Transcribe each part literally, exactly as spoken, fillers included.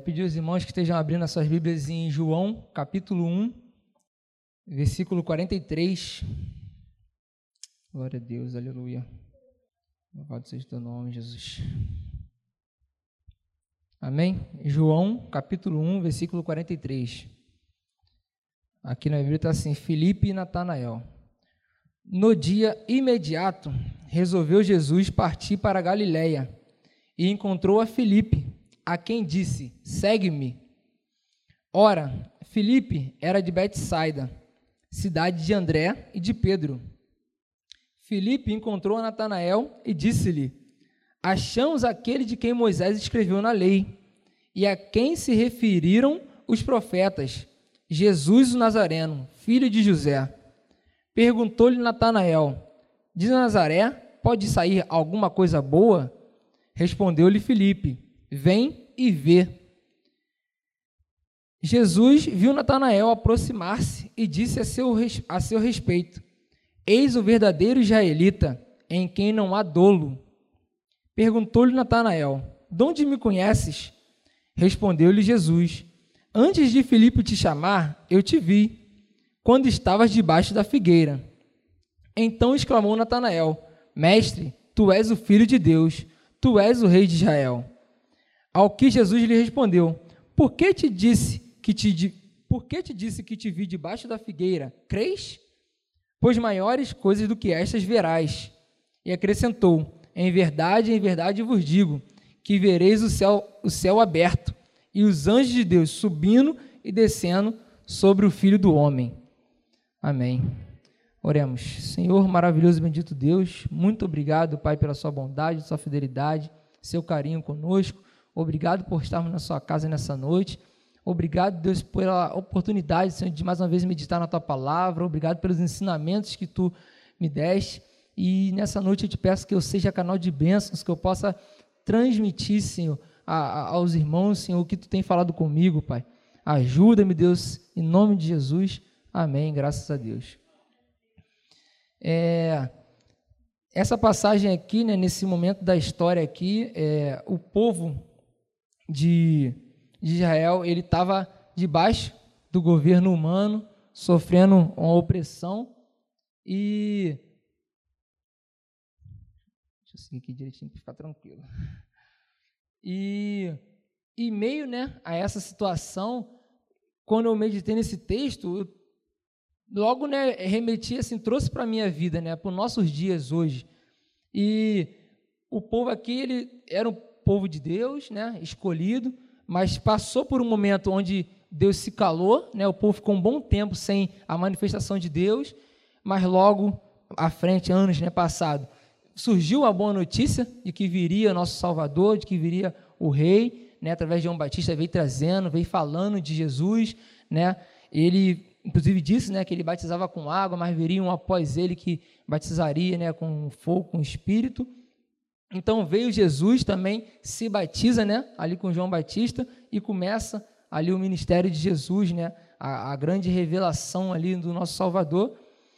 pedir aos irmãos que estejam abrindo as suas Bíblias em João, capítulo um, versículo quarenta e três. Glória a Deus, aleluia. Louvado seja o teu nome, Jesus. Amém? João, capítulo um, versículo quarenta e três. Aqui na Bíblia está assim: Filipe e Natanael. No dia imediato, resolveu Jesus partir para a Galiléia e encontrou a Filipe, a quem disse: segue-me. Ora, Filipe era de Betsaida, cidade de André e de Pedro. Filipe encontrou a Natanael e disse-lhe: achamos aquele de quem Moisés escreveu na lei, e a quem se referiram os profetas, Jesus o Nazareno, filho de José. Perguntou-lhe Natanael: de Nazaré pode sair alguma coisa boa? Respondeu-lhe Filipe: vem e vê. Jesus viu Natanael aproximar-se e disse a seu, a seu respeito: eis o verdadeiro israelita, em quem não há dolo. Perguntou-lhe Natanael: de onde me conheces? Respondeu-lhe Jesus: antes de Filipe te chamar, eu te vi, quando estavas debaixo da figueira. Então exclamou Natanael: mestre, tu és o Filho de Deus, tu és o Rei de Israel. Ao que Jesus lhe respondeu: por que te disse que te, por que te disse que te vi debaixo da figueira? Crês? Pois maiores coisas do que estas verás. E acrescentou: em verdade, em verdade vos digo, que vereis o céu, o céu aberto, e os anjos de Deus subindo e descendo sobre o Filho do Homem. Amém. Oremos. Senhor maravilhoso e bendito Deus, muito obrigado, Pai, pela sua bondade, sua fidelidade, seu carinho conosco. Obrigado por estarmos na sua casa nessa noite. Obrigado, Deus, pela oportunidade, Senhor, de mais uma vez meditar na tua palavra. Obrigado pelos ensinamentos que tu me deste. E nessa noite eu te peço que eu seja canal de bênçãos, que eu possa transmitir, Senhor, a, a, aos irmãos, Senhor, o que tu tem falado comigo, Pai. Ajuda-me, Deus, em nome de Jesus. Amém, graças a Deus. É, essa passagem aqui, né, nesse momento da história aqui, é, o povo de, de Israel, ele estava debaixo do governo humano, sofrendo uma opressão, e deixa eu seguir aqui direitinho para ficar tranquilo. E, e meio, né, a essa situação, quando eu meditei nesse texto, eu logo, né, remeti, assim, trouxe para a minha vida, né, para os nossos dias hoje. E o povo aqui, ele era um povo de Deus, né, escolhido, mas passou por um momento onde Deus se calou, né, o povo ficou um bom tempo sem a manifestação de Deus, mas logo à frente, anos, né, passado, surgiu a boa notícia de que viria nosso Salvador, de que viria o Rei, né, através de João Batista, veio trazendo, veio falando de Jesus, né, ele inclusive disse, né, que ele batizava com água, mas viria um após ele que batizaria, né, com fogo, com espírito. Então veio Jesus também, se batiza, né, ali com João Batista, e começa ali o ministério de Jesus, né, a, a grande revelação ali do nosso Salvador.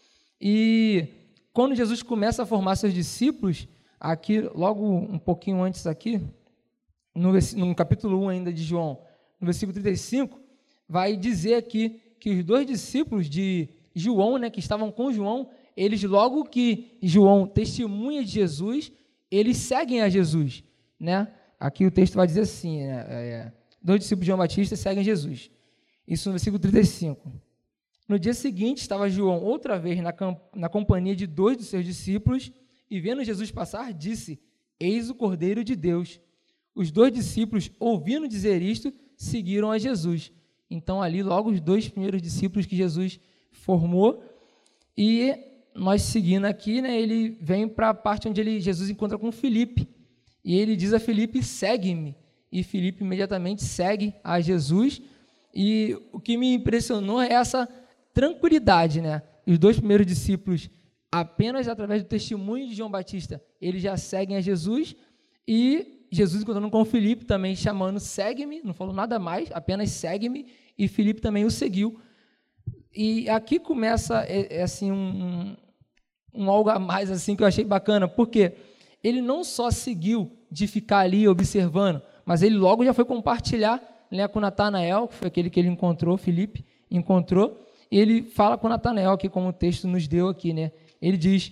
E quando Jesus começa a formar seus discípulos, aqui, logo um pouquinho antes aqui, no, no capítulo um ainda de João, no versículo trinta e cinco, vai dizer aqui que os dois discípulos de João, né, que estavam com João, eles logo que João testemunha de Jesus, eles seguem a Jesus, né? Aqui o texto vai dizer assim, né, é, dois discípulos de João Batista seguem Jesus. Isso no versículo trinta e cinco. No dia seguinte, estava João outra vez na, na companhia de dois dos seus discípulos, e vendo Jesus passar, disse: eis o Cordeiro de Deus. Os dois discípulos, ouvindo dizer isto, seguiram a Jesus. Então, ali, logo, os dois primeiros discípulos que Jesus formou, e nós seguindo aqui, né, ele vem para a parte onde ele, Jesus encontra com Filipe, e ele diz a Filipe: segue-me, e Filipe imediatamente segue a Jesus, e o que me impressionou é essa tranquilidade, né, os dois primeiros discípulos, apenas através do testemunho de João Batista, eles já seguem a Jesus, e Jesus encontrando com Filipe também chamando: segue-me, não falou nada mais, apenas segue-me, e Filipe também o seguiu. E aqui começa é, é assim, um, um algo a mais assim, que eu achei bacana, porque ele não só seguiu de ficar ali observando, mas ele logo já foi compartilhar né, com Natanael, que foi aquele que ele encontrou, Filipe encontrou, e ele fala com Natanael, aqui como o texto nos deu aqui, né? Ele diz,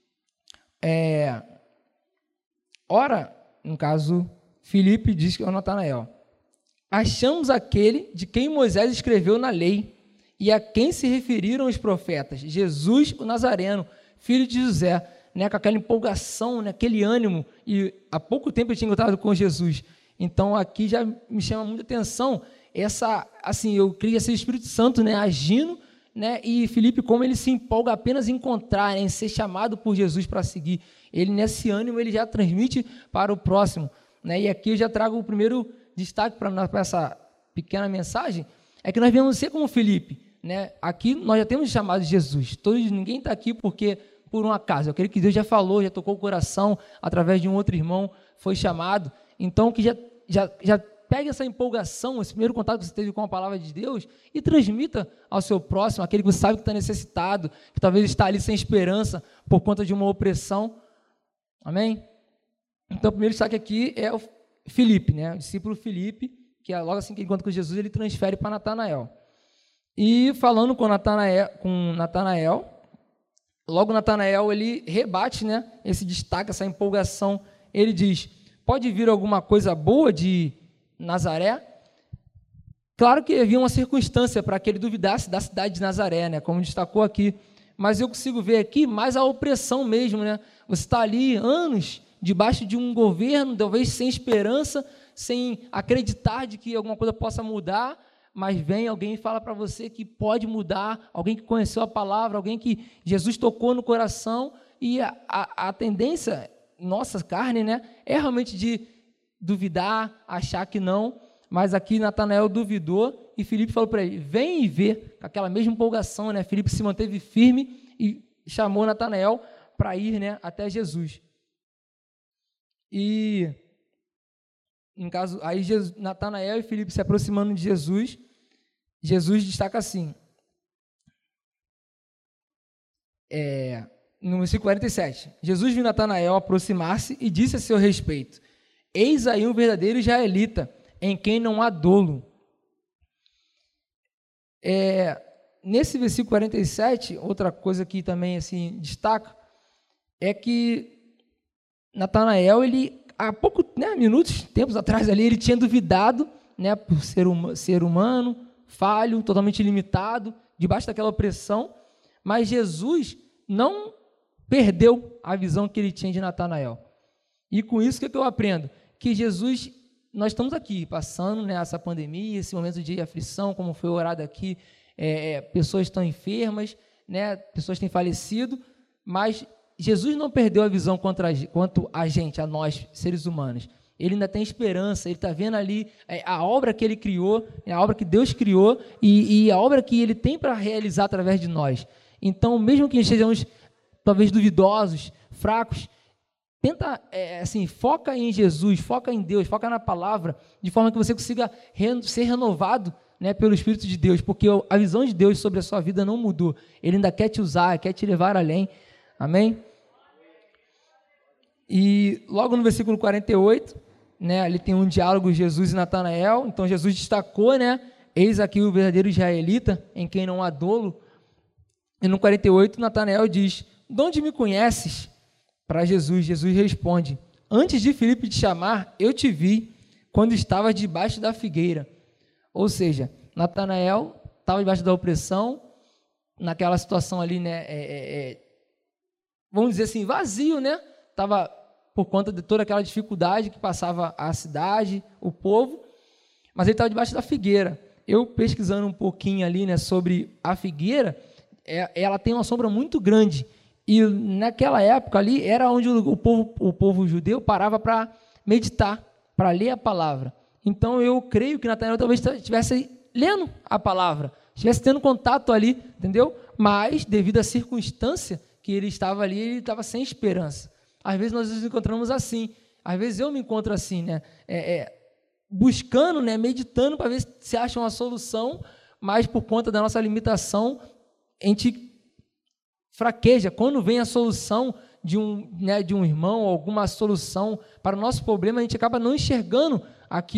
é, ora, no caso, Filipe diz que é o Natanael, achamos aquele de quem Moisés escreveu na lei e a quem se referiram os profetas, Jesus o Nazareno, filho de José, né, com aquela empolgação, né, aquele ânimo, e há pouco tempo eu tinha encontrado com Jesus. Então, aqui já me chama muita atenção, essa, assim, eu creio ser o Espírito Santo, né, agindo, né, e Filipe, como ele se empolga apenas em encontrar, né, em ser chamado por Jesus para seguir. Ele, nesse ânimo, ele já transmite para o próximo. Né, e aqui eu já trago o primeiro destaque para essa pequena mensagem, é que nós devemos ser como Filipe. Né? Aqui nós já temos chamado de Jesus. Todos, ninguém está aqui porque por um acaso. Eu creio que Deus já falou, já tocou o coração através de um outro irmão, foi chamado. Então, que já, já, já pegue essa empolgação, esse primeiro contato que você teve com a palavra de Deus e transmita ao seu próximo, aquele que você sabe que está necessitado, que talvez está ali sem esperança por conta de uma opressão. Amém? Então, o primeiro destaque aqui é o Filipe, né? O discípulo Filipe, que é logo assim que ele encontra com Jesus, ele transfere para Natanael. E falando com Natanael, com Natanael, logo Natanael, ele rebate, né, esse destaque, essa empolgação. Ele diz, pode vir alguma coisa boa de Nazaré? Claro que havia uma circunstância para que ele duvidasse da cidade de Nazaré, né, como destacou aqui, mas eu consigo ver aqui mais a opressão mesmo, né? Você está ali anos debaixo de um governo, talvez sem esperança, sem acreditar de que alguma coisa possa mudar, mas vem alguém e fala para você que pode mudar, alguém que conheceu a palavra, alguém que Jesus tocou no coração, e a, a, a tendência, nossa carne, né, é realmente de duvidar, achar que não, mas aqui Natanael duvidou, e Filipe falou para ele, vem e vê, com aquela mesma empolgação, né, Filipe se manteve firme e chamou Natanael para ir, né, até Jesus. E, em caso, aí Jesus, Natanael e Filipe se aproximando de Jesus, Jesus destaca assim, é, no versículo quarenta e sete, Jesus viu Natanael aproximar-se e disse a seu respeito, eis aí um verdadeiro israelita, em quem não há dolo. É, nesse versículo quarenta e sete, outra coisa que também assim, destaca, é que Natanael, ele, há pouco, né, minutos, tempos atrás ali, ele tinha duvidado, né, por ser, um, ser humano, falho, totalmente limitado, debaixo daquela opressão, mas Jesus não perdeu a visão que ele tinha de Natanael. E com isso, o que, é que eu aprendo? Que Jesus, nós estamos aqui, passando, né, essa pandemia, esse momento de aflição, como foi orado aqui, é, pessoas estão enfermas, né, pessoas têm falecido, mas Jesus não perdeu a visão quanto a, quanto a gente, a nós, seres humanos. Ele ainda tem esperança, ele está vendo ali a obra que ele criou, a obra que Deus criou e, e a obra que ele tem para realizar através de nós. Então, mesmo que estejamos talvez duvidosos, fracos, tenta, é, assim, foca em Jesus, foca em Deus, foca na palavra, de forma que você consiga re, ser renovado, né, pelo Espírito de Deus, porque a visão de Deus sobre a sua vida não mudou. Ele ainda quer te usar, quer te levar além. Amém? E logo no versículo quarenta e oito, né, ali tem um diálogo de Jesus e Natanael. Então Jesus destacou, né, eis aqui o verdadeiro israelita, em quem não há dolo. E no quarenta e oito, Natanael diz, de onde me conheces? Para Jesus, Jesus responde, antes de Filipe te chamar, eu te vi quando estavas debaixo da figueira. Ou seja, Natanael estava debaixo da opressão, naquela situação ali, né, é, é, é, vamos dizer assim, vazio, né? Estava por conta de toda aquela dificuldade que passava a cidade, o povo, mas ele estava debaixo da figueira. Eu pesquisando um pouquinho ali, né, sobre a figueira, é, ela tem uma sombra muito grande, e naquela época ali era onde o, o, povo, o povo judeu parava para meditar, para ler a palavra. Então eu creio que Natanael talvez estivesse lendo a palavra, estivesse tendo contato ali, entendeu? Mas devido à circunstância que ele estava ali, ele estava sem esperança. Às vezes nós nos encontramos assim, às vezes eu me encontro assim, né, é, é, buscando, né, meditando para ver se acha uma solução, mas por conta da nossa limitação, a gente fraqueja. Quando vem a solução de um, né, de um irmão, alguma solução para o nosso problema, a gente acaba não enxergando aquilo,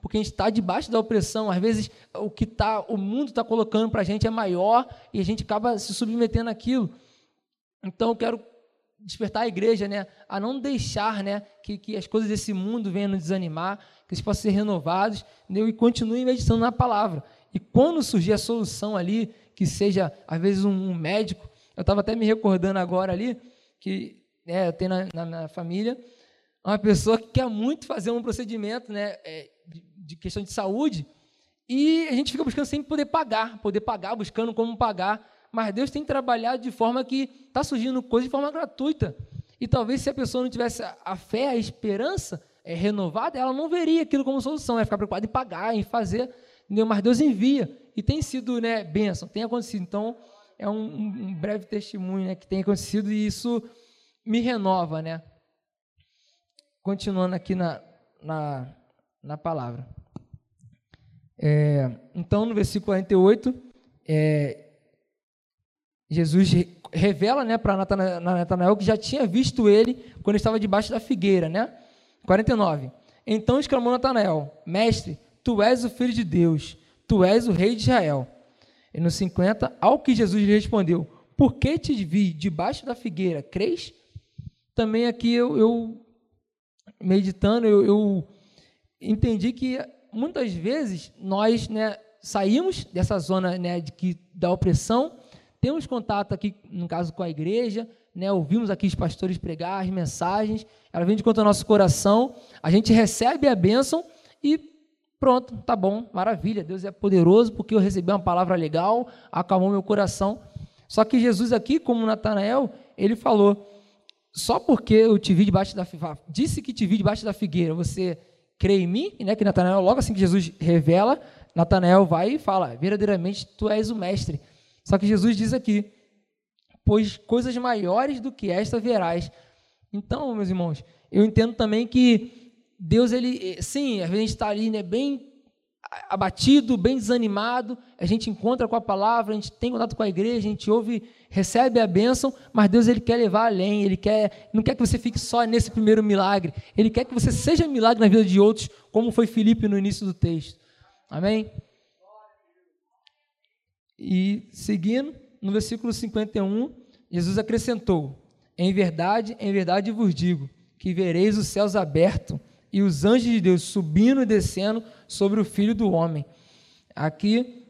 porque a gente está debaixo da opressão. Às vezes o que tá, o mundo está colocando para a gente é maior e a gente acaba se submetendo àquilo. Então eu quero despertar a igreja, né, a não deixar, né, que, que as coisas desse mundo venham nos desanimar, que eles possam ser renovados, né, e continuem meditando na palavra. E quando surgir a solução ali, que seja, às vezes, um, um médico, eu estava até me recordando agora ali, que né, eu tenho na, na minha família uma pessoa que quer muito fazer um procedimento, né, é, de, de questão de saúde, e a gente fica buscando sempre poder pagar, poder pagar, buscando como pagar, mas Deus tem trabalhado de forma que está surgindo coisa de forma gratuita. E talvez se a pessoa não tivesse a fé, a esperança é, renovada, ela não veria aquilo como solução, ia ficar preocupada em pagar, em fazer, entendeu? Mas Deus envia. E tem sido, né, bênção, tem acontecido. Então, é um, um breve testemunho, né, que tem acontecido e isso me renova, né? Continuando aqui na, na, na palavra. É, então, no versículo quarenta e oito, é, Jesus revela, né, para Natanael que já tinha visto ele quando estava debaixo da figueira, né? quarenta e nove. Então exclamou Natanael: Mestre, tu és o Filho de Deus, tu és o Rei de Israel. E no cinquenta, ao que Jesus lhe respondeu: Por que te vi debaixo da figueira? Crês? Também aqui eu, eu meditando, eu, eu entendi que muitas vezes nós, né, saímos dessa zona, né, de que, da opressão. Temos contato aqui, no caso, com a igreja, né, ouvimos aqui os pastores pregar, as mensagens, ela vem de conta ao nosso coração, a gente recebe a bênção e pronto, tá bom, maravilha, Deus é poderoso porque eu recebi uma palavra legal, acalmou meu coração. Só que Jesus aqui, como Natanael, ele falou, só porque eu te vi debaixo da figueira, disse que te vi debaixo da figueira, você crê em mim? Né, que Natanael, logo assim que Jesus revela, Natanael vai e fala, verdadeiramente tu és o mestre. Só que Jesus diz aqui, pois coisas maiores do que esta verás. Então, meus irmãos, eu entendo também que Deus, ele, sim, às vezes a gente está ali, né, bem abatido, bem desanimado, a gente encontra com a palavra, a gente tem contato com a igreja, a gente ouve, recebe a bênção, mas Deus, ele quer levar além, ele quer, não quer que você fique só nesse primeiro milagre, ele quer que você seja milagre na vida de outros, como foi Filipe no início do texto. Amém? E seguindo, no versículo cinquenta e um, Jesus acrescentou, em verdade, em verdade vos digo, que vereis os céus abertos e os anjos de Deus subindo e descendo sobre o Filho do Homem. Aqui,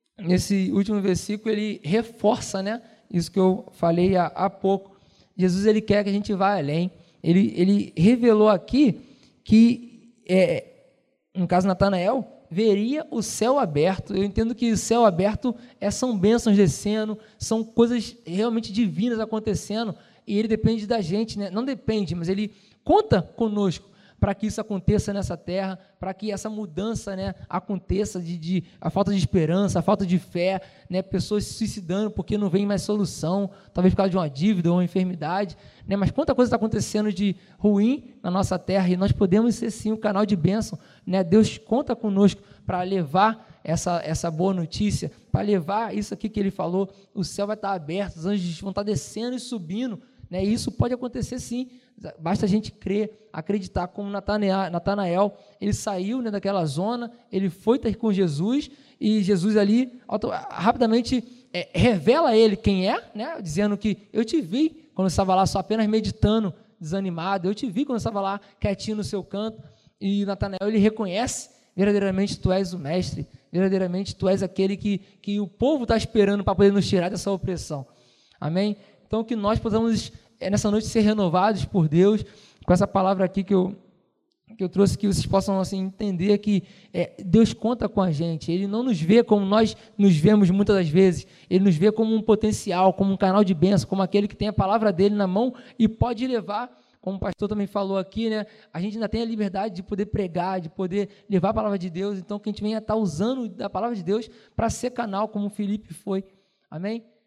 nesse último versículo, ele reforça, né, isso que eu falei há, há pouco. Jesus, ele quer que a gente vá além. Ele, ele revelou aqui que, é, no caso Natanael, veria o céu aberto. Eu entendo que o céu aberto é, são bênçãos descendo, são coisas realmente divinas acontecendo, e ele depende da gente, né? Não depende, mas ele conta conosco para que isso aconteça nessa terra, para que essa mudança, né, aconteça, de, de, a falta de esperança, a falta de fé, né, pessoas se suicidando porque não vem mais solução, talvez por causa de uma dívida ou uma enfermidade, né, mas quanta coisa está acontecendo de ruim na nossa terra, e nós podemos ser sim um canal de bênção, né? Deus conta conosco para levar essa, essa boa notícia, para levar isso aqui que ele falou, o céu vai estar aberto, os anjos vão estar descendo e subindo, né, e isso pode acontecer sim, basta a gente crer, acreditar, como Natanael, Natanael ele saiu, né, daquela zona, ele foi ter com Jesus, e Jesus ali, rapidamente, é, revela a ele quem é, né, dizendo que eu te vi quando você estava lá só apenas meditando, desanimado, eu te vi quando você estava lá quietinho no seu canto, e Natanael, ele reconhece, verdadeiramente tu és o mestre, verdadeiramente tu és aquele que, que o povo está esperando para poder nos tirar dessa opressão, amém? Então, que nós possamos, nessa noite, ser renovados por Deus, com essa palavra aqui que eu, que eu trouxe, que vocês possam assim, entender que é, Deus conta com a gente, Ele não nos vê como nós nos vemos muitas das vezes, Ele nos vê como um potencial, como um canal de bênção, como aquele que tem a palavra dEle na mão e pode levar, como o pastor também falou aqui, né, a gente ainda tem a liberdade de poder pregar, de poder levar a palavra de Deus, então que a gente venha estar usando da palavra de Deus para ser canal, como o Filipe foi, amém?